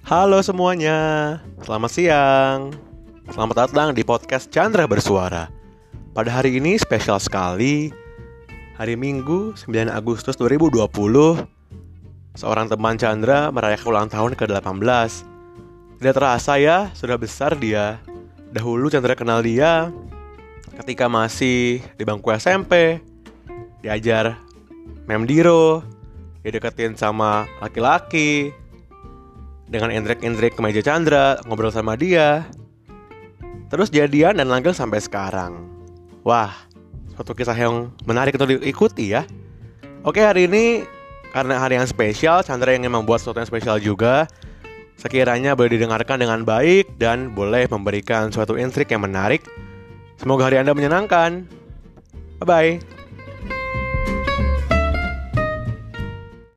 Halo semuanya, selamat siang. Selamat datang di podcast Chandra Bersuara. Pada hari ini spesial sekali. Hari Minggu 9 Agustus 2020, seorang teman Chandra merayakan ulang tahun ke-18. Tidak terasa ya, sudah besar dia. Dahulu Chandra kenal dia ketika masih di bangku SMP. Diajar memdiro, dideketin sama laki-laki, dengan endrek-endrek ke meja Chandra, ngobrol sama dia, terus jadian dan langgeng sampai sekarang. Wah, suatu kisah yang menarik untuk diikuti ya. Oke, hari ini karena hari yang spesial, Chandra ingin membuat sesuatu yang spesial juga. Sekiranya boleh didengarkan dengan baik dan boleh memberikan suatu intrik yang menarik. Semoga hari Anda menyenangkan. Bye-bye.